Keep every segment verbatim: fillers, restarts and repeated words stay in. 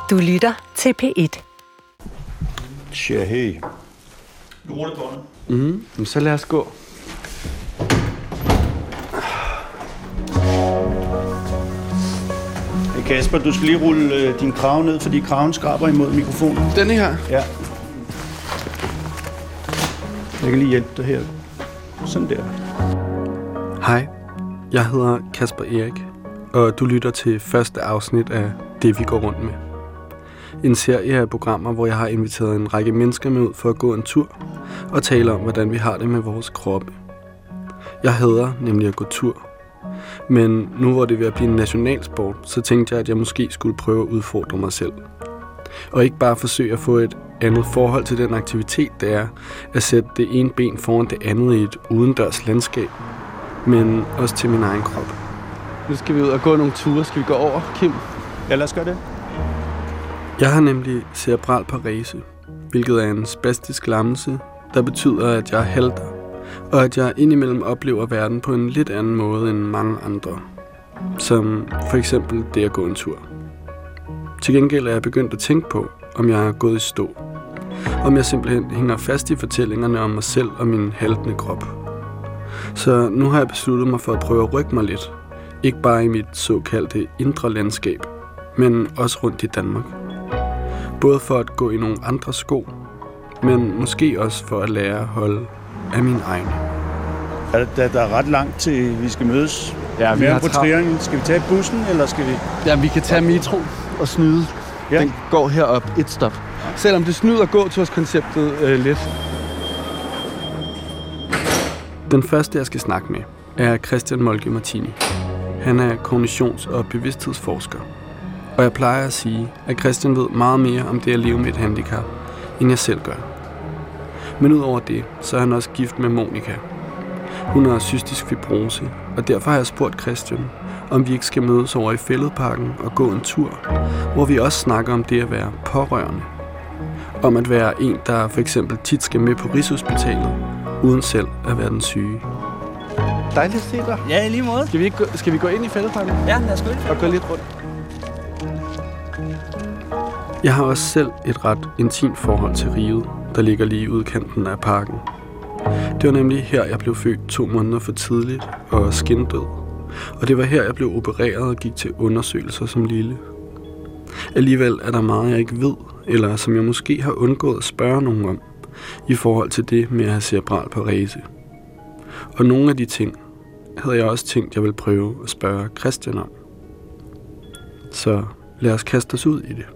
Du lytter til P et. Tja, hey. Du ruller båndet. Mhm, så lad os gå. Hey Kasper, du skal lige rulle øh, din krave ned, fordi kraven skraber imod mikrofonen. Denne her? Ja. Jeg kan lige hjælpe dig her. Sådan der. Hej, jeg hedder Kasper Erik, og du lytter til første afsnit af Det, vi går rundt med. En serie af programmer, hvor jeg har inviteret en række mennesker med ud for at gå en tur og tale om, hvordan vi har det med vores kroppe. Jeg hader nemlig at gå tur. Men nu hvor det er ved at blive en nationalsport, så tænkte jeg, at jeg måske skulle prøve at udfordre mig selv. Og ikke bare forsøge at få et andet forhold til den aktivitet, det er at sætte det ene ben foran det andet i et udendørs landskab, men også til min egen krop. Nu skal vi ud og gå nogle ture. Skal vi gå over, Kim? Ja, lad os gøre det. Jeg har nemlig cerebral parese, hvilket er en spastisk lammelse, der betyder, at jeg halter, og at jeg indimellem oplever verden på en lidt anden måde end mange andre. Som for eksempel det at gå en tur. Til gengæld er jeg begyndt at tænke på, om jeg er gået i stå. Om jeg simpelthen hænger fast i fortællingerne om mig selv og min haltende krop. Så nu har jeg besluttet mig for at prøve at rykke mig lidt. Ikke bare i mit såkaldte indre landskab, men også rundt i Danmark. Både for at gå i nogle andre sko, men måske også for at lære at holde af min egen. Der, der, der er ret langt til, vi skal mødes. Ja, vi Mere har på triangen. Skal vi tage bussen, eller skal vi... Ja, vi kan tage metro og snyde. Ja. Den går herop et stop. Selvom det snyder gåturskonceptet øh, lidt. Den første, jeg skal snakke med, er Christian Moltke Martini. Han er kognitions- og bevidsthedsforsker. Og jeg plejer at sige, at Christian ved meget mere om det at leve med et handicap, end jeg selv gør. Men udover det, så er han også gift med Monika. Hun har cystisk fibrose, og derfor har jeg spurgt Christian, om vi ikke skal mødes over i Fælledparken og gå en tur, hvor vi også snakker om det at være pårørende. Om at være en, der for eksempel tit skal med på Rigshospitalet, uden selv at være den syge. Dejligt at se dig. Ja, i lige måde. Skal vi, ikke gå, skal vi gå ind i Fælledparken? Ja, lad os gå ind. Og gå lidt rundt. Jeg har også selv et ret intimt forhold til riget, der ligger lige i udkanten af parken. Det var nemlig her, jeg blev født to måneder for tidligt og skindød. Og det var her, jeg blev opereret og gik til undersøgelser som lille. Alligevel er der meget, jeg ikke ved, eller som jeg måske har undgået at spørge nogen om, i forhold til det med at have cerebral parese. Og nogle af de ting havde jeg også tænkt, jeg ville prøve at spørge Christian om. Så lad os kaste os ud i det.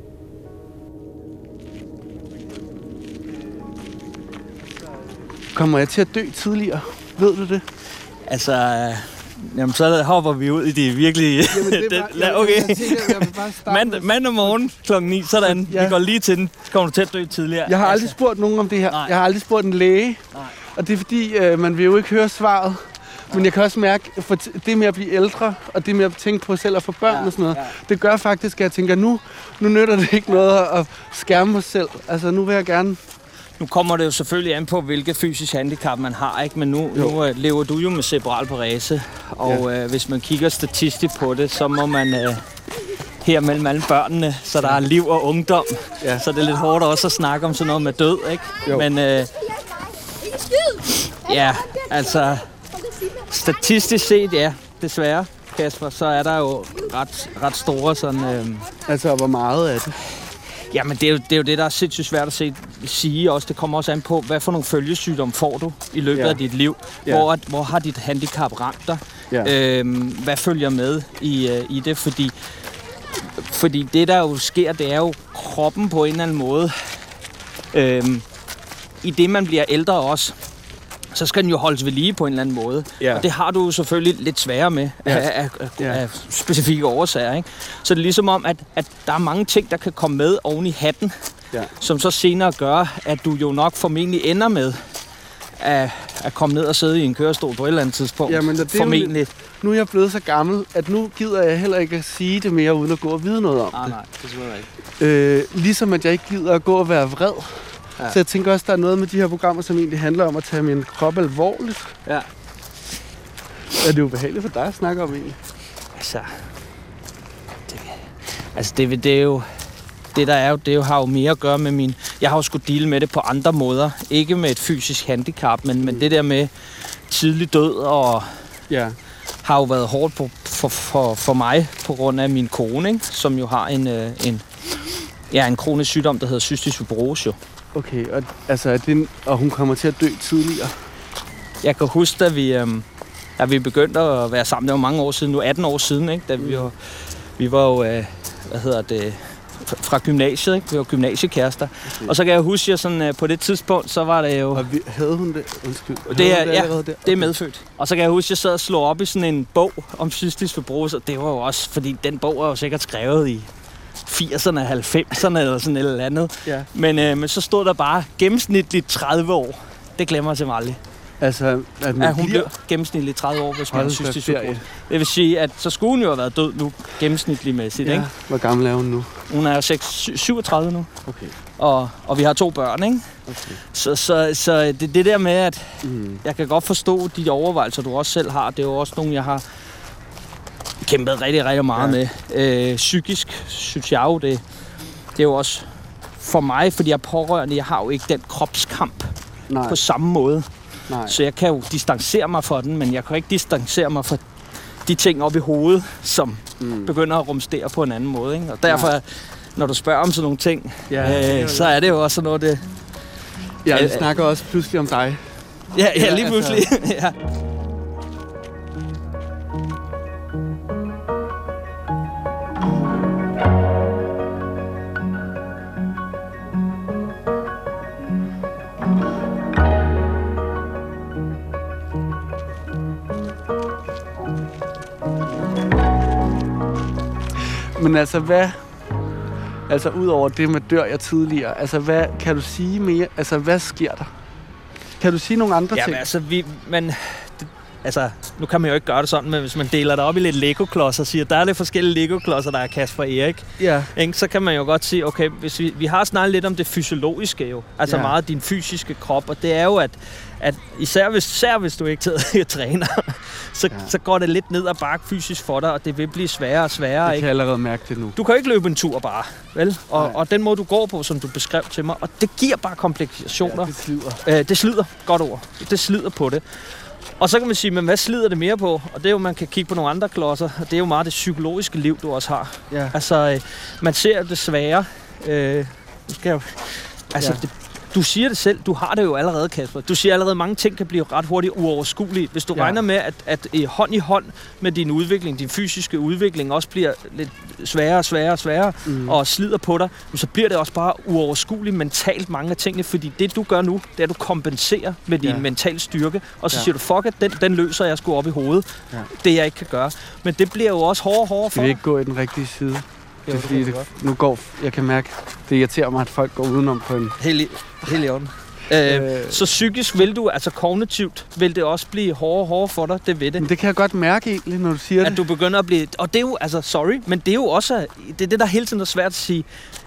Kommer jeg til at dø tidligere? Ved du det? Altså, jamen, så hopper vi ud i de virkelige... Jamen, det er bare, det, okay. Jeg, jeg, tænker, jeg vil bare starte Mandag, mandag morgen klokken ni, sådan. Ja. Vi går lige til den. Så kommer du til at dø tidligere. Jeg har aldrig altså. spurgt nogen om det her. Nej. Jeg har aldrig spurgt en læge. Nej. Og det er fordi, øh, man vil jo ikke høre svaret. Men jeg kan også mærke, for det med at blive ældre, og det med at tænke på selv at få børn Ja, og sådan noget, ja. det gør faktisk, at jeg tænker, nu, nu nytter det ikke noget at skærme mig selv. Altså, nu vil jeg gerne... Nu kommer det jo selvfølgelig an på, hvilket fysisk handicap man har, ikke? Men nu, nu uh, lever du jo med cerebral parese, og ja. uh, hvis man kigger statistisk på det, så må man uh, her mellem alle børnene, så der er liv og ungdom, Ja. så det er lidt hårdt også at snakke om sådan noget med død, ikke? Jo. Men uh, ja, altså statistisk set, ja, desværre, Kasper, så er der jo ret, ret store sådan... Uh, Altså, hvor meget af det? Jamen, det er, jo, det er jo det, der er sindssygt svært at se, sige også. Det kommer også an på, hvad for nogle følgesygdomme får du i løbet Ja. af dit liv. Ja. Hvor, hvor har dit handicap ramt dig? Ja. Øhm, hvad følger med i, uh, i det? Fordi, fordi det, der jo sker, det er jo kroppen på en eller anden måde. Øhm, I det, man bliver ældre også, så skal den jo holdes ved lige på en eller anden måde. Ja. Og det har du jo selvfølgelig lidt sværere med Ja. af, af, af, Ja. af specifikke årsager. Ikke? Så det er ligesom om, at, at der er mange ting, der kan komme med oven i hatten, Ja. som så senere gør, at du jo nok formentlig ender med at, at komme ned og sidde i en kørestol på et eller andet tidspunkt. Jamen, det er formentlig. jo, nu er jeg blevet så gammel, at nu gider jeg heller ikke at sige det mere, uden at gå og vide noget om Nej, det. nej, det er selvfølgelig ikke. Øh, ligesom at jeg ikke gider at gå og være vred. Ja. Så jeg tænker også, der er noget med de her programmer, som egentlig handler om at tage min krop alvorligt. Ja. Er det ubehageligt for dig at snakke om egentlig? Altså, det, altså det, det er jo... det der er jo, det har jo mere at gøre med min... Jeg har jo skulle deale med det på andre måder. Ikke med et fysisk handicap, men, men det der med tidlig død og... Ja. Har jo været hårdt på, for, for, for mig på grund af min kone, ikke? Som jo har en, en, ja, en kronisk sygdom, der hedder cystisk fibrose. Okay, og, altså, er det, og hun kommer til at dø tidligere? Jeg kan huske, da vi, øhm, da vi begyndte at være sammen, det var mange år siden, nu atten år siden, ikke? Da vi, var, vi var jo, øh, hvad hedder det, fra gymnasiet, ikke? Vi var gymnasiekærester. Okay. Og så kan jeg huske, at sådan, øh, på det tidspunkt, så var det jo... Og vi, havde hun det? Undskyld. Det er, det ja, der? det er medfødt. Og så kan jeg huske, at jeg sad og slog op i sådan en bog om cystisk fibrose, og det var jo også, fordi den bog var jo sikkert skrevet i firserne, halvfemserne eller sådan et eller andet. Ja. Men, øh, men så stod der bare gennemsnitligt tredive år. Det glemmer jeg simpelthen aldrig. Altså, at, at hun bliver... blev gennemsnitligt tredive år, hvis man har cystisk fibrose. Det vil sige, at så skulle hun jo have været død nu, gennemsnitligt mæssigt, ja. Ikke? Hvor gammel er hun nu? Hun er syvogtredive nu. Okay. Og, og vi har to børn, ikke? Okay. Så, så, så det, det der med, at mm. jeg kan godt forstå de overvejelser, du også selv har. Det er jo også nogle, jeg har kæmpet rigtig, rigtig meget ja. med. Øh, psykisk synes jeg jo, det, det er jo også for mig, fordi jeg er pårørende, jeg har jo ikke den kropskamp Nej. på samme måde. Nej. Så jeg kan jo distancere mig fra den, men jeg kan ikke distancere mig fra de ting oppe i hovedet, som mm. begynder at rumstere på en anden måde. Ikke? Og derfor, Nej. når du spørger om sådan nogle ting, ja, øh, så er det jo også noget, det... Ja, vi snakker også pludselig om dig. Ja, ja lige pludselig. Altså. ja. Men altså, hvad... Altså, udover det med dør jeg tidligere, altså, hvad kan du sige mere? Altså, hvad sker der? Kan du sige nogle andre ja, ting? Ja, altså, vi... Men, det, altså, nu kan man jo ikke gøre det sådan, men hvis man deler det op i lidt Lego-klodser og siger, der er lidt forskellige Lego-klodser, der er Kasper og Erik, ja. ikke, så kan man jo godt sige, okay, hvis vi, vi har snakket lidt om det fysiologiske jo, altså ja. meget din fysiske krop, og det er jo, at, at især, hvis, især hvis du ikke træner, så, ja. så går det lidt ned ad bakke fysisk for dig, og det vil blive sværere og sværere. Jeg kan ikke? allerede mærke det nu. Du kan ikke løbe en tur bare, vel? Og, og den måde, du går på, som du beskrev til mig, og det giver bare komplikationer. Ja, det slider. Øh, det slider, godt ord. Det slider på det. Og så kan man sige, men hvad slider det mere på? Og det er jo, man kan kigge på nogle andre klodser, og det er jo meget det psykologiske liv, du også har. Ja. Altså, øh, man ser det svære. Øh, skal jeg, altså, ja. det, du siger det selv, du har det jo allerede, Kasper. Du siger allerede, at mange ting kan blive ret hurtigt uoverskuelige. Hvis du ja. regner med, at, at i hånd i hånd med din udvikling, din fysiske udvikling, også bliver lidt sværere og sværere og sværere, mm. og slider på dig, så bliver det også bare uoverskueligt mentalt mange af tingene, fordi det, du gør nu, det er, at du kompenserer med din ja. mental styrke, og så ja. siger du, fuck it, den, den løser jeg sgu op i hovedet. Ja. Det, jeg ikke kan gøre. Men det bliver jo også hårdere og hårdere for dig. Det vil ikke gå i den rigtige side. Det er fordi, det, nu går, jeg kan mærke, det irriterer mig, at folk går udenom på en... Helt i, helt i orden. Øh, øh, så psykisk vil du, altså kognitivt, vil det også blive hårdere og hårdere for dig, det ved det. Men det kan jeg godt mærke egentlig, når du siger at det. At du begynder at blive... Og det er jo, altså sorry, men det er jo også, det er det, der hele tiden er svært at sige.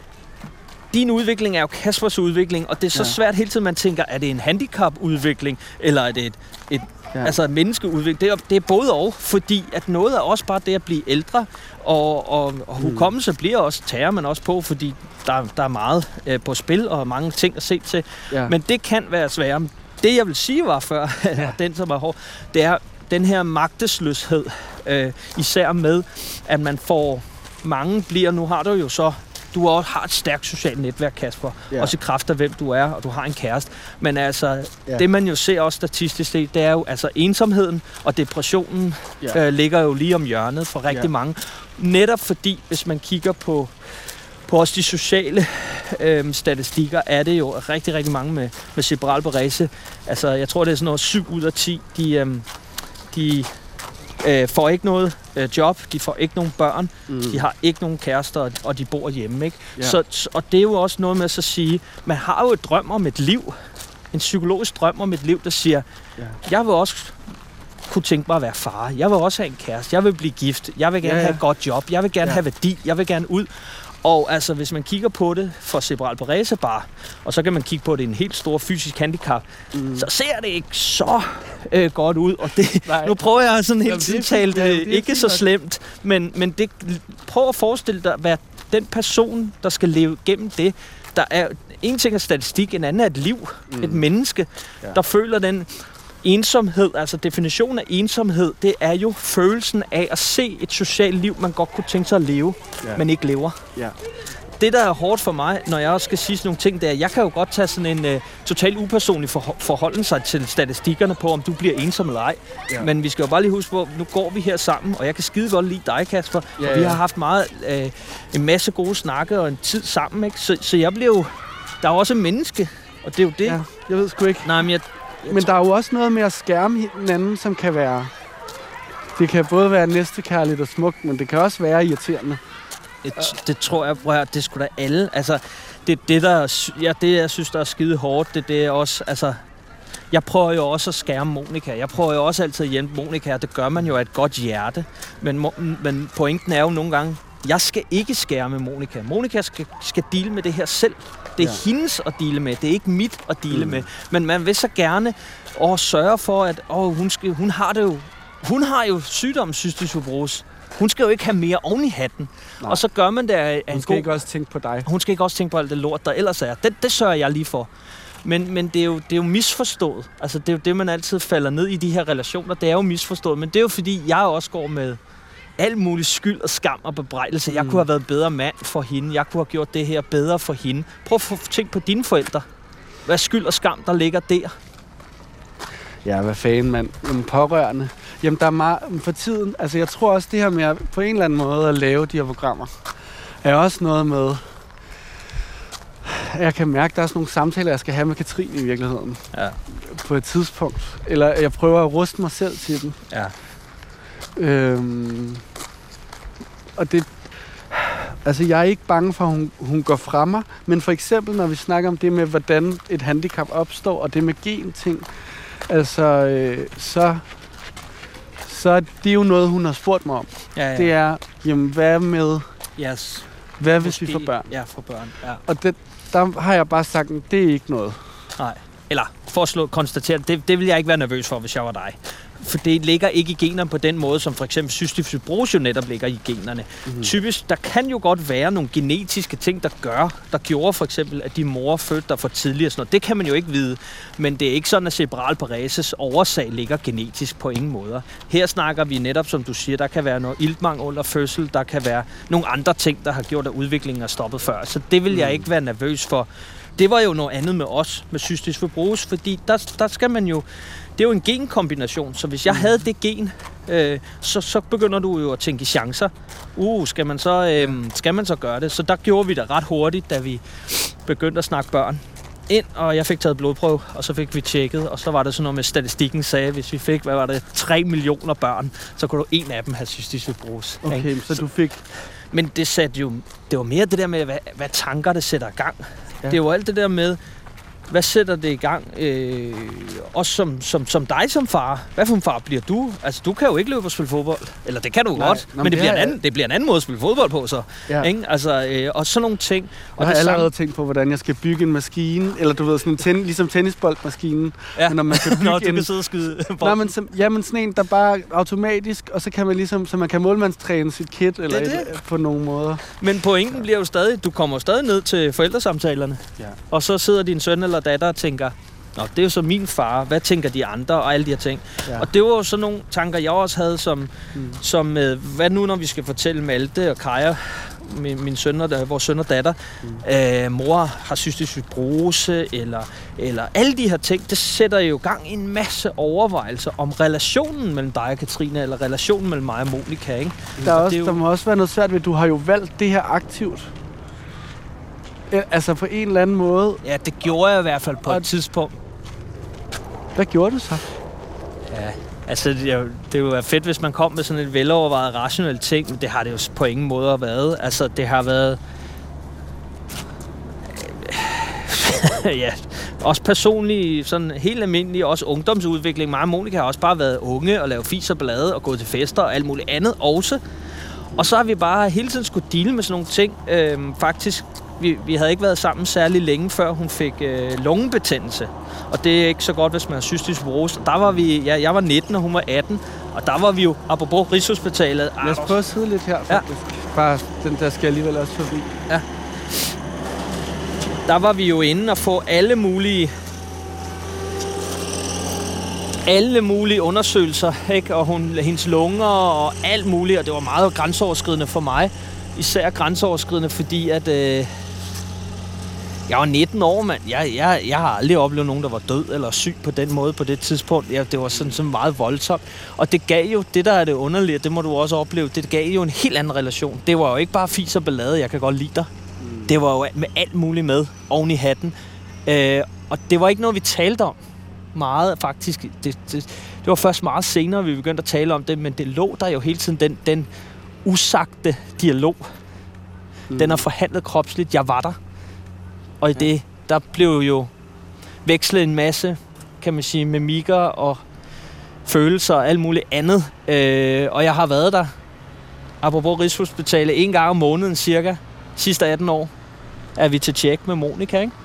Din udvikling er jo Kaspers udvikling, og det er så ja. svært hele tiden, man tænker, er det en handicap-udvikling, eller er det et, et ja. altså en menneskeudvikling? Det er, det er både og, fordi at noget er også bare det at blive ældre, og, og, og hukommelse mm. bliver også tager man også på, fordi der, der er meget øh, på spil, og mange ting at se til. Ja. Men det kan være svært. Det jeg vil sige var før, ja. den som er hård, det er den her magtesløshed, øh, især med, at man får mange bliver, nu har du jo så du også har et stærkt socialt netværk, Kasper. Ja. Også i kraft af, hvem du er, og du har en kæreste. Men altså, ja. det man jo ser også statistisk set, det er jo, altså ensomheden og depressionen ja. øh, ligger jo lige om hjørnet for rigtig ja. mange. Netop fordi, hvis man kigger på, på også de sociale øh, statistikker, er det jo rigtig, rigtig mange med, med cerebral parese. Altså, jeg tror, det er sådan noget syv ud af ti, de... Øh, de Øh, får ikke noget øh, job, de får ikke nogen børn, mm. de har ikke nogen kærester, og de bor hjemme, ikke? Ja. Så, og det er jo også noget med at så sige, man har jo et drøm om et liv, en psykologisk drøm om et liv, der siger, ja. jeg vil også kunne tænke mig at være far, jeg vil også have en kæreste, jeg vil blive gift, jeg vil gerne ja, ja. have et godt job, jeg vil gerne ja. have værdi, jeg vil gerne ud. Og altså, hvis man kigger på det for cerebral parese bare, og så kan man kigge på det i en helt stor fysisk handicap, mm. så ser det ikke så øh, godt ud. Og det, nu prøver jeg sådan helt tiden tale det ikke så slemt, men, men det, prøv at forestille dig, hvad den person, der skal leve gennem det, der er en ting er statistik, en anden er et liv, mm. et menneske, ja. der føler den ensomhed, altså definitionen af ensomhed, det er jo følelsen af at se et socialt liv, man godt kunne tænke sig at leve, ja. men ikke lever. Ja. Det, der er hårdt for mig, når jeg også skal sige sådan nogle ting, det er, jeg kan jo godt tage sådan en uh, totalt upersonlig for- forholden sig til statistikkerne på, om du bliver ensom eller ej. Ja. Men vi skal jo bare lige huske på, nu går vi her sammen, og jeg kan skide godt lide dig, Kasper. Ja, og vi har haft meget, uh, en masse gode snakke og en tid sammen, ikke? Så, så jeg bliver jo, der er jo også et menneske, og det er jo det. Ja, jeg ved sgu ikke. Nej, men jeg, jeg men der er jo også noget med at skærme hinanden, som kan være, det kan både være næstekærligt og smukt, men det kan også være irriterende. Det, det tror jeg, prøv at, det skulle da alle. Altså, det, det, der, ja, det, jeg synes, der er skide hårdt, det, det er også, altså, jeg prøver jo også at skærme Monica. Jeg prøver jo også altid at hjælpe Monica, og det gør man jo af et godt hjerte. Men, men pointen er jo nogle gange, jeg skal ikke skærme Monica. Monica skal, skal deale med det her selv. Det er ja. hendes at deale med, det er ikke mit at deale mm. med. Men man vil så gerne og sørge for, at åh, hun, skal, hun har det jo, hun har jo sygdommen cystisk fibrose. Hun skal jo ikke have mere oven i hatten. Nej. Og så gør man det af Hun skal god... ikke også tænke på dig. Hun skal ikke også tænke på alt det lort, der ellers er. Det, det sørger jeg lige for. Men, men det, er jo, det er jo misforstået. Altså, det er jo det, man altid falder ned i de her relationer. Det er jo misforstået. Men det er jo fordi, jeg også går med alt muligt skyld og skam og bebrejdelse. Mm. Jeg kunne have været bedre mand for hende. Jeg kunne have gjort det her bedre for hende. Prøv at tænke på dine forældre. Hvad er skyld og skam, der ligger der? Ja, hvad fanden, mand. Jamen, pårørende. Jamen, der er meget for tiden. Altså, jeg tror også, det her med at, på en eller anden måde at lave de her programmer, er også noget med... Jeg kan mærke, at der er sådan nogle samtaler, jeg skal have med Katrine i virkeligheden. Ja. På et tidspunkt. Eller jeg prøver at ruste mig selv til den. Ja. Øhm, og det... Altså, jeg er ikke bange for, at hun, hun går fra mig. Men for eksempel, når vi snakker om det med, hvordan et handicap opstår, og det med gen-ting, altså, øh, så... Så det er jo noget, hun har spurgt mig om. Ja, ja. Det er, jamen, hvad med... Yes. Hvad hvis Måske, vi får børn? Ja, får børn, ja. Og det, der har jeg bare sagt, det er ikke noget. Nej. Eller for at slå konstatere, det, det vil jeg ikke være nervøs for, hvis jeg var dig. For det ligger ikke i generne på den måde, som for eksempel cystisk fibrose jo netop ligger i generne. Mm-hmm. Typisk, der kan jo godt være nogle genetiske ting, der gør, der gjorde for eksempel, at de mor fødte dig for tidligere. Sådan noget. Det kan man jo ikke vide, men det er ikke sådan, at cerebral pareses årsag ligger genetisk på ingen måder. Her snakker vi netop, som du siger, der kan være noget iltmangel under fødsel, der kan være nogle andre ting, der har gjort, at udviklingen er stoppet før. Så det vil jeg ikke være nervøs for. Det var jo noget andet med os, med cystisk fibrose, fordi der, der skal man jo... Det er jo en genkombination, så hvis jeg havde det gen, øh, så, så begynder du jo at tænke i chancer. Uh, skal man, så, øh, skal man så gøre det? Så der gjorde vi det ret hurtigt, da vi begyndte at snakke børn ind, og jeg fik taget blodprøve, og så fik vi tjekket, og så var det sådan noget med statistikken sagde, hvis vi fik, hvad var det, tre millioner børn, så kunne du en af dem have cystisk fibrose. Okay, ikke? Så du fik... Men det satte jo, det var mere det der med, hvad, hvad tanker det sætter i gang. Ja. Det var alt det der med, hvad sætter det i gang? Øh, også som, som, som dig som far. Hvad for en far bliver du? Altså, du kan jo ikke løbe og spille fodbold. Eller det kan du Nej, godt, men det, det, bliver er... en anden, det bliver en anden måde at spille fodbold på, så. Ja. Ikke? Altså, øh, og sådan nogle ting. Og jeg har det allerede samme... tænkt på, hvordan jeg skal bygge en maskine. Eller du ved, sådan en ten, ligesom tennisboldmaskinen. Ja. Når man kan bygge Nå, du en... kan sidde og skyde Nej, men som, ja, men sådan en, der bare automatisk, og så kan man ligesom, så man kan målmandstræne sit kit, eller det det. Et, på nogle måder. Men pointen bliver jo stadig, du kommer stadig ned til forældresamtalerne. Ja. Og så sidder din søn eller datter og tænker, nå, det er jo så min far, hvad tænker de andre, og alle de her ting. Ja. Og det var jo sådan nogle tanker, jeg også havde, som, mm. som øh, hvad nu, når vi skal fortælle Malte og Kaja, min, min søn og, vores søn og datter, mm. øh, mor har cystisk fibrose, eller, eller alle de her ting, det sætter jo gang i en masse overvejelser om relationen mellem dig og Katrine, eller relationen mellem mig og Monica, ikke? Der, er også, jo... der må også være noget svært ved, at du har jo valgt det her aktivt. Altså på en eller anden måde. Ja, det gjorde jeg i hvert fald på og et tidspunkt. Hvad gjorde du så? Ja, altså det, det ville være fedt, hvis man kom med sådan et velovervejet, rationelt ting, men det har det jo på ingen måde været. Altså det har været... ja, også personligt, sådan helt almindelig, også ungdomsudvikling. Mig og Monica har også bare været unge og lavet fis og ballade og gået til fester og alt muligt andet også. Og så har vi bare hele tiden skulle deale med sådan nogle ting. Øhm, faktisk, vi, vi havde ikke været sammen særlig længe, før hun fik øh, lungebetændelse. Og det er ikke så godt, hvis man har cystisk fibrose. Der var vi, ja, jeg var nitten, og hun var atten. Og der var vi jo, apropos Rigshospitalet... Lad os prøve at sidde lidt her, faktisk. bare, den der skal alligevel også forbi. Ja. Der var vi jo inde og få alle mulige alle mulige undersøgelser, ikke? Og hun, hendes lunger og alt muligt, og det var meget grænseoverskridende for mig. Især grænseoverskridende, fordi at øh, jeg var nitten år, mand. Jeg, jeg, jeg har aldrig oplevet nogen, der var død eller syg på den måde på det tidspunkt. Ja, det var sådan, sådan meget voldsomt. Og det gav jo, det der er det underlige, det må du også opleve, det gav jo en helt anden relation. Det var jo ikke bare fis og ballade, jeg kan godt lide dig. Mm. Det var jo med alt muligt med oven i hatten. Øh, og det var ikke noget, vi talte om meget, faktisk. Det, det, det var først meget senere, vi begyndte at tale om det, men det lå der jo hele tiden, den, den usagte dialog. Mm. Den er forhandlet kropsligt. Jeg var der. Og i ja. det, der blev jo vekslet en masse, kan man sige, mimikker og følelser og alt muligt andet. Øh, og jeg har været der, apropos Rigshospitalet, en gang om måneden cirka, sidste atten år, er vi til tjek med Monica, ikke?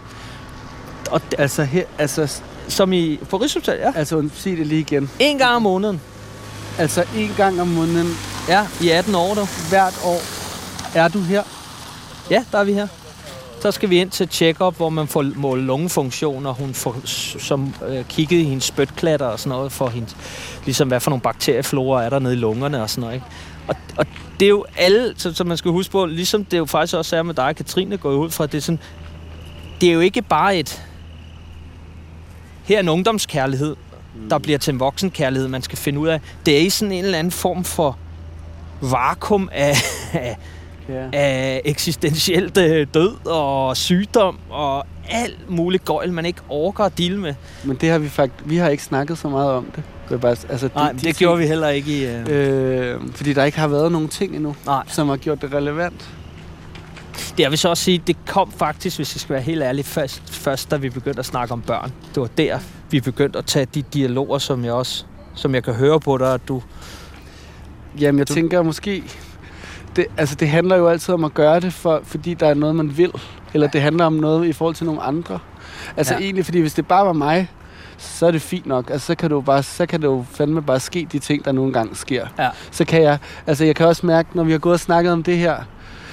Og d- altså her, altså... Som i, på Rigshospitalet, ja. Altså, sig det lige igen. En gang om måneden. Altså, en gang om måneden? Ja, i atten år, du. Hvert år. Er du her? Ja, der er vi her. Så skal vi ind til check-up, hvor man får målt lungefunktion, og hun får som, øh, kigget i hendes spytklatter og sådan noget, for hendes, ligesom hvad for nogle bakterieflora er der nede i lungerne og sådan noget, ikke? Og, og det er jo alle, så, så man skal huske på, ligesom det jo faktisk også er med dig og Katrine, går ud fra, det er sådan, det er jo ikke bare et, her er en ungdomskærlighed, der bliver til en voksenkærlighed, man skal finde ud af. Det er i sådan en eller anden form for vakuum af, af Yeah. af eksistentielt død og sygdom og alt muligt gøjl, man ikke orker at deale med. Men det har vi faktisk, vi har ikke snakket så meget om det. det bare, altså, Nej, de, de det ting, gjorde vi heller ikke i... Uh... Øh, fordi der ikke har været nogen ting endnu, Nej. som har gjort det relevant. Det jeg vil så også sige, det kom faktisk, hvis jeg skal være helt ærlig, først, først da vi begyndte at snakke om børn. Det var der, vi begyndte at tage de dialoger, som jeg også, som jeg kan høre på dig, at du... Jamen, jeg du... tænker måske... Det, altså, det handler jo altid om at gøre det, for, fordi der er noget, man vil. Eller det handler om noget i forhold til nogle andre. Altså ja. egentlig, fordi hvis det bare var mig, så er det fint nok. Altså, så kan det jo bare, så kan det jo fandme bare ske de ting, der nogle gange sker. Ja. Så kan jeg, altså jeg kan også mærke, når vi har gået og snakket om det her,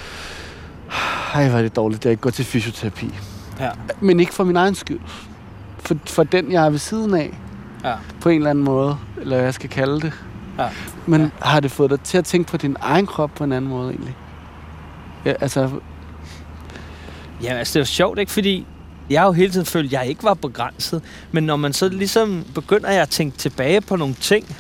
ej, hvor er det dårligt, at jeg ikke går til fysioterapi. Ja. Men ikke for min egen skyld. For, for den, jeg er ved siden af. Ja. På en eller anden måde. Eller hvad jeg skal kalde det. Ja. Men ja. har det fået dig til at tænke på din egen krop på en anden måde egentlig? Ja, altså... Ja, altså det er jo sjovt, ikke? Fordi jeg har jo hele tiden følt, at jeg ikke var begrænset. Men når man så ligesom begynder at tænke tilbage på nogle ting...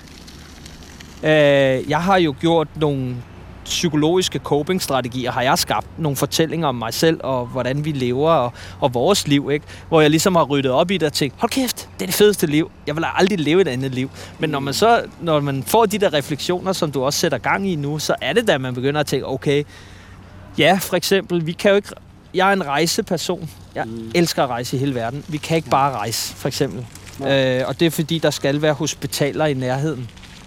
Øh, jeg har jo gjort nogle psykologiske coping-strategier, har jeg skabt nogle fortællinger om mig selv, og hvordan vi lever, og, og vores liv, ikke? Hvor jeg ligesom har ryddet op i det og tænkt, hold kæft, det er det fedeste liv. Jeg vil aldrig leve et andet liv. Men når man så, når man får de der refleksioner, som du også sætter gang i nu, så er det da, man begynder at tænke, okay, ja, for eksempel, vi kan jo ikke, jeg er en rejseperson. Jeg mm. elsker at rejse i hele verden. Vi kan ikke bare rejse, for eksempel. Ja. Øh, og det er fordi, der skal være hospitaler i nærheden,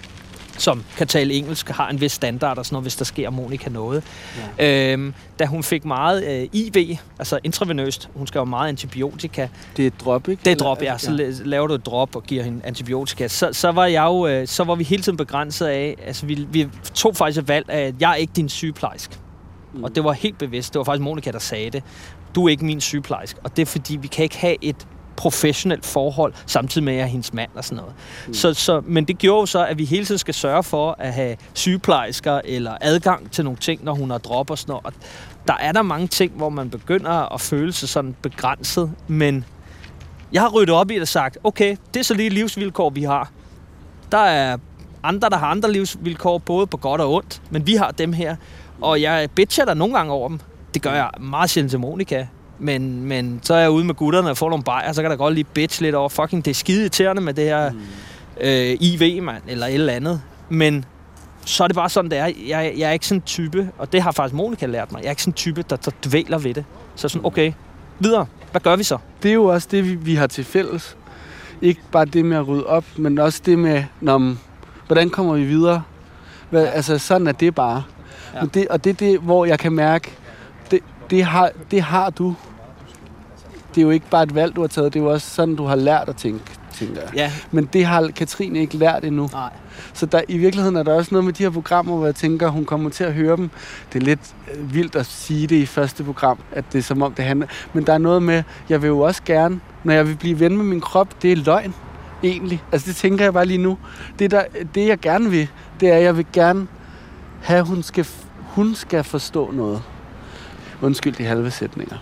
som kan tale engelsk, har en vis standard og sådan noget, hvis der sker Monica noget. Ja. Øhm, da hun fik meget øh, I V, altså intravenøst, hun skal jo meget antibiotika. Det er et drop, ikke? Det er et drop, ja. Så laver du et drop og giver hende antibiotika. Så, så var jeg jo, øh, så var vi hele tiden begrænset af, altså vi, vi tog faktisk et valg af, at jeg er ikke din sygeplejerske. Mm. Og det var helt bevidst. Det var faktisk Monica, der sagde det. Du er ikke min sygeplejerske. Og det er fordi, vi kan ikke have et professionelt forhold, samtidig med at jeg er hendes mand og sådan noget. Mm. Så, så, men det gjorde jo så, at vi hele tiden skal sørge for at have sygeplejersker eller adgang til nogle ting, når hun har drop og sådan noget. Og der er der mange ting, hvor man begynder at føle sig sådan begrænset, men jeg har ryddet op i det og sagt, okay, det er så lige livsvilkår, vi har. Der er andre, der har andre livsvilkår, både på godt og ondt, men vi har dem her, og jeg bitcher der nogle gange over dem. Det gør jeg meget sjældent til Monica. Men, men så er jeg ude med gutterne og får nogle bajer, så kan der godt lige bitch lidt over, fucking, det er skide irriterende med det her mm. øh, I V, mand, eller et eller andet. Men så er det bare sådan, det er. Jeg, jeg er ikke sådan en type, og det har faktisk Monica lært mig, jeg er ikke sådan en type, der, der dvæler ved det. Så sådan, okay, videre, hvad gør vi så? Det er jo også det, vi, vi har til fælles. Ikke bare det med at rydde op, men også det med, når, hvordan kommer vi videre? Hvad, altså, sådan er det bare. Ja. Men det, og det er det, hvor jeg kan mærke, det, det, har, det har du. Det er jo ikke bare et valg, du har taget. Det er jo også sådan, du har lært at tænke. tænker jeg. Ja. Men det har Katrine ikke lært endnu. Nej. Så der, i virkeligheden er der også noget med de her programmer, hvor jeg tænker, hun kommer til at høre dem. Det er lidt vildt at sige det i første program, at det er som om det handler. Men der er noget med, jeg vil jo også gerne, når jeg vil blive ven med min krop, det er løgn, egentlig. Altså det tænker jeg bare lige nu. Det, der, det jeg gerne vil, det er, at jeg vil gerne have, at hun skal, hun skal forstå noget. Undskyld de halve sætninger.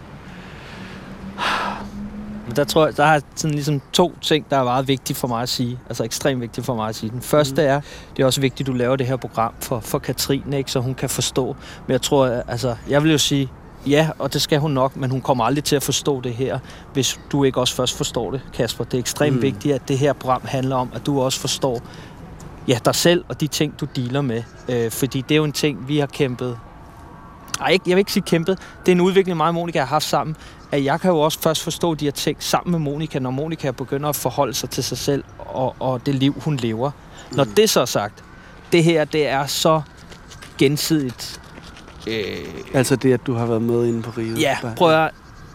Der tror jeg, der er sådan ligesom to ting, der er meget vigtige for mig at sige. Altså ekstremt vigtige for mig at sige. Den første mm. er, det er også vigtigt, at du laver det her program for, for Katrine, ikke, så hun kan forstå. Men jeg tror, altså, jeg vil jo sige, ja, og det skal hun nok, men hun kommer aldrig til at forstå det her, hvis du ikke også først forstår det, Kasper. Det er ekstremt mm. vigtigt, at det her program handler om, at du også forstår ja, dig selv og de ting, du dealer med. Øh, fordi det er jo en ting, vi har kæmpet. Ej, jeg vil ikke sige kæmpet. Det er en udvikling, mig og Monica har haft sammen. At jeg kan jo også først forstå de her ting sammen med Monica, når Monica begynder at forholde sig til sig selv og, og det liv, hun lever. Mm. Når det så er sagt, det her, det er så gensidigt. Øh, altså det, at du har været med inde på Riget? Ja, prøv at...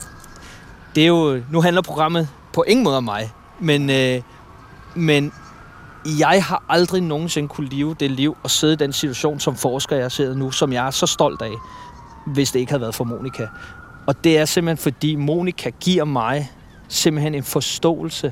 Det er jo... Nu handler programmet på ingen måde om mig, men, øh, men jeg har aldrig nogensinde kunne leve det liv og sidde i den situation som forsker, jeg sidder nu, som jeg er så stolt af, hvis det ikke havde været for Monica. Og det er simpelthen, fordi Monica giver mig simpelthen en forståelse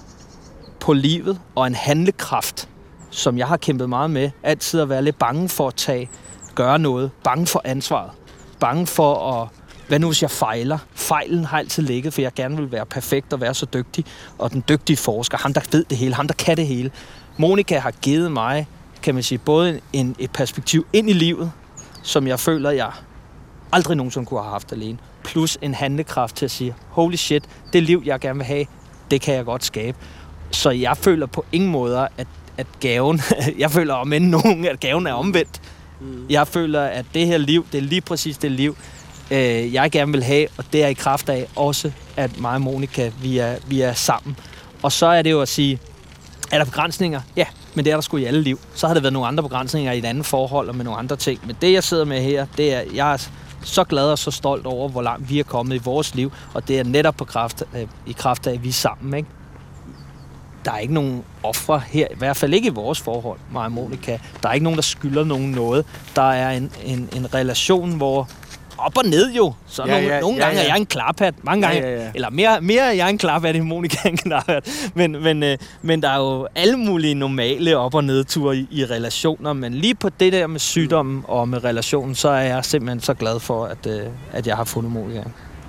på livet og en handlekraft, som jeg har kæmpet meget med. Altid at være lidt bange for at tage, gøre noget. Bange for ansvaret. Bange for at... Hvad nu, hvis jeg fejler? Fejlen har altid ligget, for jeg gerne vil være perfekt og være så dygtig. Og den dygtige forsker, ham der ved det hele, ham der kan det hele. Monica har givet mig, kan man sige, både en, et perspektiv ind i livet, som jeg føler, jeg aldrig nogensinde kunne have haft alene. Plus en handlekraft til at sige, holy shit, det liv, jeg gerne vil have, det kan jeg godt skabe. Så jeg føler på ingen måder, at, at gaven, jeg føler om end nogen, at gaven er omvendt. Mm. Jeg føler, at det her liv, det er lige præcis det liv, øh, jeg gerne vil have, og det er i kraft af også, at mig og Monica, vi er, vi er sammen. Og så er det jo at sige, er der begrænsninger? Ja, men det er der sgu i alle liv. Så har der været nogle andre begrænsninger i et andet forhold og med nogle andre ting. Men det, jeg sidder med her, det er, jeg er så glad og så stolt over, hvor langt vi er kommet i vores liv, og det er netop på kraft, øh, i kraft af, at vi er sammen, ikke? Der er ikke nogen ofre her, i hvert fald ikke i vores forhold, mig og Monica. Der er ikke nogen, der skylder nogen noget. Der er en, en, en relation, hvor op og ned jo. Så ja, nogle, ja, nogle ja, gange ja. er jeg en klarpat. Mange gange, ja, ja, ja. Eller mere, mere er jeg en klarpat end Monica en klarpat. Men, men, øh, men der er jo alle mulige normale op- og nedture i, i relationer. Men lige på det der med sygdommen og med relationen, så er jeg simpelthen så glad for, at, øh, at jeg har fundet Monica.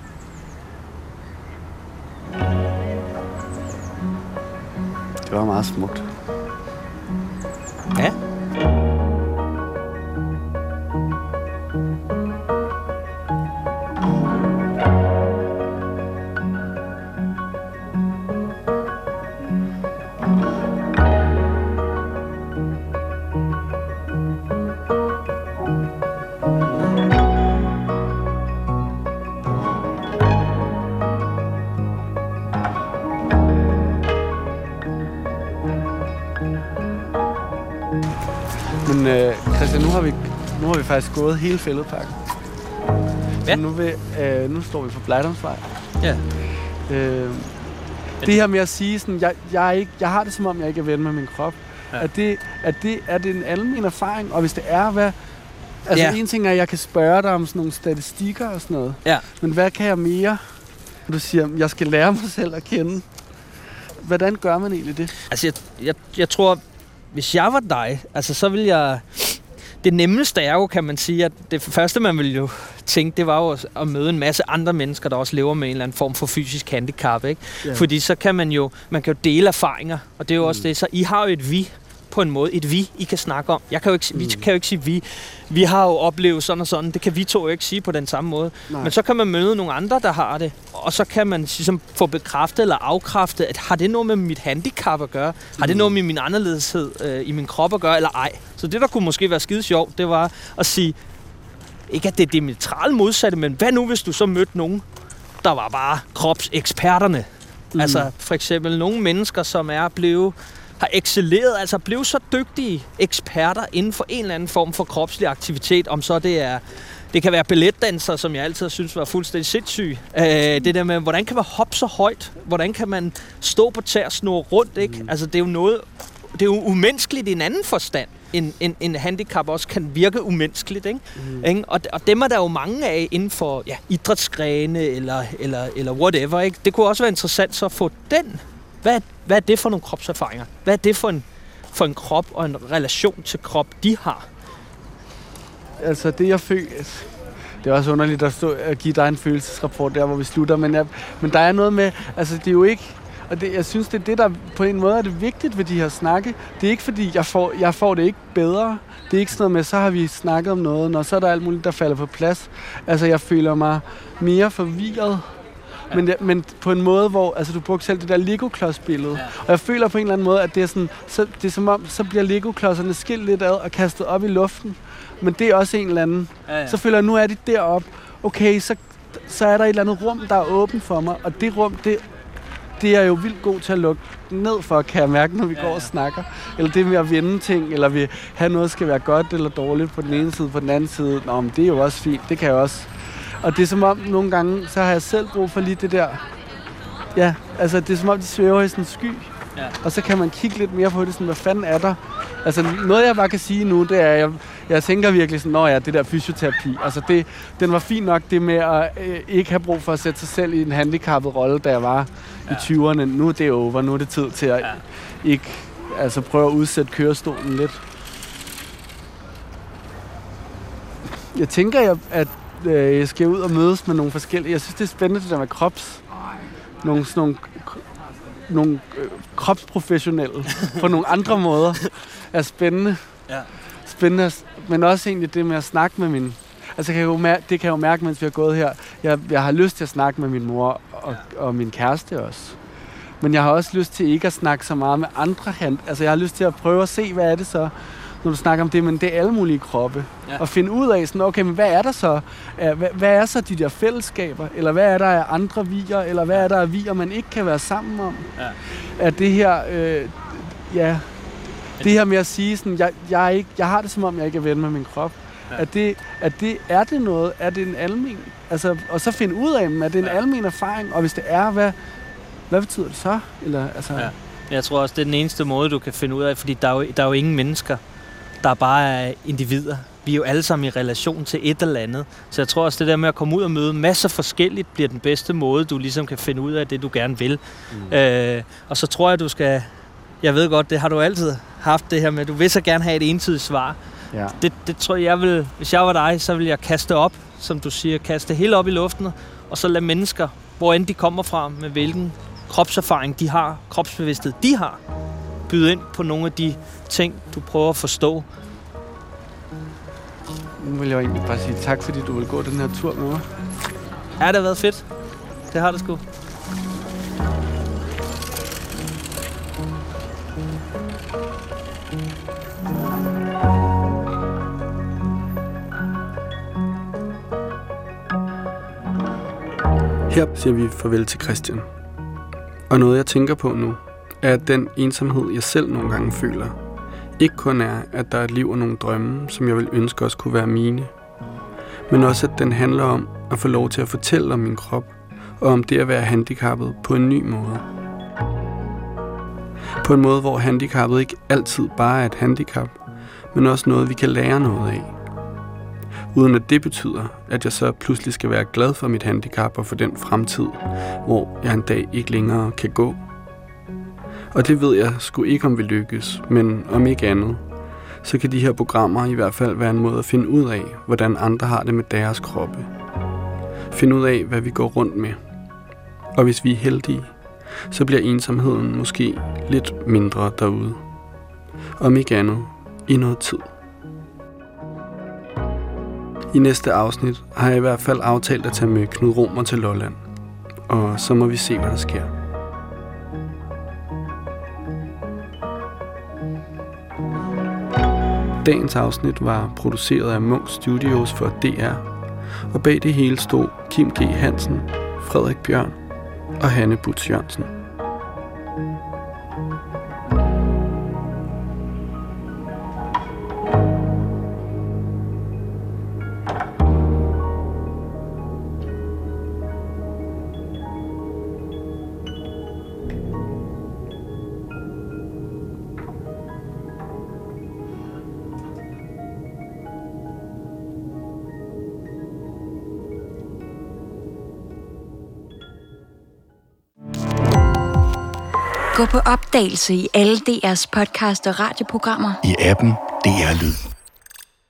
Det var meget smukt. Ja. Men øh, Christian, nu har vi nu har vi faktisk gået hele Fælledparken. Ja. Nu, vil, øh, nu står vi på Blejdomsvej. Ja. Øh, det her med at sige sådan, jeg, jeg, er ikke, jeg har det som om, jeg ikke er ven med min krop. Ja. Er, det, er, det, er det en almen erfaring? Og hvis det er, hvad... Altså ja. En ting er, at jeg kan spørge dig om sådan nogle statistikker og sådan noget. Ja. Men hvad kan jeg mere? Du siger, jeg skal lære mig selv at kende. Hvordan gør man egentlig det? Altså, jeg, jeg, jeg tror, hvis jeg var dig, altså så ville jeg... Det nemmeste er jo, kan man sige, at det første, man ville jo tænke, det var jo at møde en masse andre mennesker, der også lever med en eller anden form for fysisk handicap, ikke? Yeah. Fordi så kan man jo, man kan jo dele erfaringer, og det er jo mm. også det. Så I har jo et vi på en måde, et vi, I kan snakke om. Jeg kan jo ikke, mm. Vi kan jo ikke sige vi. Vi har jo oplevet sådan og sådan, det kan vi to jo ikke sige på den samme måde. Nej. Men så kan man møde nogle andre, der har det, og så kan man ligesom få bekræftet eller afkræftet, at har det noget med mit handicap at gøre? Har det noget med min anderledeshed øh, i min krop at gøre, eller ej? Så det, der kunne måske være skide sjovt, det var at sige, ikke at det er diametralt modsatte, men hvad nu, hvis du så mødte nogen, der var bare kropseksperterne? Mm. Altså for eksempel nogle mennesker, som er blevet... har excelleret, altså blevet så dygtige eksperter inden for en eller anden form for kropslig aktivitet, om så det er Det kan være balletdansere, som jeg altid synes var fuldstændig sindssyge. Øh, det der med, hvordan kan man hoppe så højt? Hvordan kan man stå på tæer og snurre rundt? Ikke? Mm. Altså, det er jo noget... Det er jo umenneskeligt i en anden forstand. En, en, en handicap også kan virke umenneskeligt. Ikke? Mm. Ikke? Og, og dem er der jo mange af inden for ja, idrætsgrene eller, eller, eller whatever. Ikke? Det kunne også være interessant så at få den. Hvad, hvad er det for nogle kropserfaringer? Hvad er det for en, for en krop og en relation til krop, de har? Altså det jeg føler... Det er også underligt at, stå, at give dig en følelsesrapport der, hvor vi slutter. Men, jeg, men der er noget med... Altså det er jo ikke... Og det, jeg synes, det er det, der på en måde er det vigtigt ved de her snakke. Det er ikke fordi, jeg får, jeg får det ikke bedre. Det er ikke sådan noget med, så har vi snakket om noget, når så er der alt muligt, der falder på plads. Altså jeg føler mig mere forvirret. Ja. Men, men på en måde, hvor altså, du brugte selv det der Lego-klods-billede. Ja. Og jeg føler på en eller anden måde, at det er, sådan, så, det er som om, så bliver Lego-klodserne skilt lidt ad og kastet op i luften. Men det er også en eller anden. Ja, ja. Så føler jeg, nu er de deroppe. Okay, så, så er der et eller andet rum, der er åbent for mig. Og det rum, det, det er jeg jo vildt god til at lukke ned for, kan jeg mærke, når vi ja, går og snakker. Eller det med at vende ting, eller vi have noget skal være godt eller dårligt på den ene side, på den anden side. Nå, men det er jo også fint, det kan jeg også. Og det er som om, nogle gange, så har jeg selv brug for lige det der... Ja, altså det er som om, de svæver i sådan en sky. Ja. Og så kan man kigge lidt mere på det, sådan, hvad fanden er der? Altså noget, jeg bare kan sige nu, det er, jeg, jeg tænker virkelig sådan, nå ja, det der fysioterapi. Altså det, den var fin nok, det med at øh, ikke have brug for at sætte sig selv i en handicappet rolle, da jeg var ja. i tyverne. Nu er det over, nu er det tid til at ja. ikke, altså prøve at udsætte kørestolen lidt. Jeg tænker, at øh, jeg skal ud og mødes med nogle forskellige. Jeg synes, det er spændende, det der med krops. Nogle sådan nogle... nogle øh, kropsprofessionelle på nogle andre måder er spændende. Ja. Spændende, men også egentlig det med at snakke med min... Altså, kan jeg jo mærke, det kan jeg jo mærke, mens vi har gået her. Jeg, jeg har lyst til at snakke med min mor og, ja. og min kæreste også. Men jeg har også lyst til ikke at snakke så meget med andre hand. Altså, jeg har lyst til at prøve at se, hvad er det så, når du snakker om det, men det er alle mulige kroppe. Ja. Og finde ud af sådan, okay, men hvad er der så? Hvad, hvad er så de der fællesskaber? Eller hvad er der af andre vier? Eller hvad er der af vier, man ikke kan være sammen om? Ja. Er det her, øh, ja, det her med at sige sådan, jeg, jeg, er ikke, jeg har det som om, jeg ikke er ven med min krop. Ja. Er, det, er, det, er det noget? Er det en almen? Altså, og så finde ud af dem, er det en ja. almen erfaring? Og hvis det er, hvad, hvad betyder det så? Eller, altså... ja. Jeg tror også, det er den eneste måde, du kan finde ud af, fordi der er jo, der er jo ingen mennesker, der bare er individer. Vi er jo alle sammen i relation til et eller andet. Så jeg tror også, det der med at komme ud og møde masser forskelligt, bliver den bedste måde, du ligesom kan finde ud af det, du gerne vil. Mm. Øh, og så tror jeg, du skal... Jeg ved godt, det har du altid haft det her med. Du vil så gerne have et entydigt svar. Ja. Det, det tror jeg, jeg vil... Hvis jeg var dig, så ville jeg kaste op, som du siger. Kaste helt op i luften, og så lade mennesker, hvor end de kommer fra, med hvilken kropserfaring de har, kropsbevidsthed de har, byde ind på nogle af de ting, du prøver at forstå. Nu vil jeg egentlig bare sige tak, fordi du vil gå den her tur med mig. Ja, det har været fedt. Det har det sgu. Her siger vi farvel til Christian. Og noget, jeg tænker på nu, er, at den ensomhed, jeg selv nogle gange føler, ikke kun er, at der er et liv og nogle drømme, som jeg vil ønske også kunne være mine, men også, at den handler om at få lov til at fortælle om min krop, og om det at være handicappet på en ny måde. På en måde, hvor handicappet ikke altid bare er et handicap, men også noget, vi kan lære noget af. Uden at det betyder, at jeg så pludselig skal være glad for mit handicap og for den fremtid, hvor jeg en dag ikke længere kan gå. Og det ved jeg sgu ikke, om vi lykkes, men om ikke andet, så kan de her programmer i hvert fald være en måde at finde ud af, hvordan andre har det med deres kroppe. Finde ud af, hvad vi går rundt med. Og hvis vi er heldige, så bliver ensomheden måske lidt mindre derude. Om ikke andet, i noget tid. I næste afsnit har jeg i hvert fald aftalt at tage med Knud Romer til Lolland. Og så må vi se, hvad der sker. Dagens afsnit var produceret af Munch Studios for D R, og bag det hele stod Kim G. Hansen, Frederik Bjørn og Hanne Butz Jørgensen. Gå på opdagelse i alle D R's podcast og radioprogrammer. I appen D R Lyd.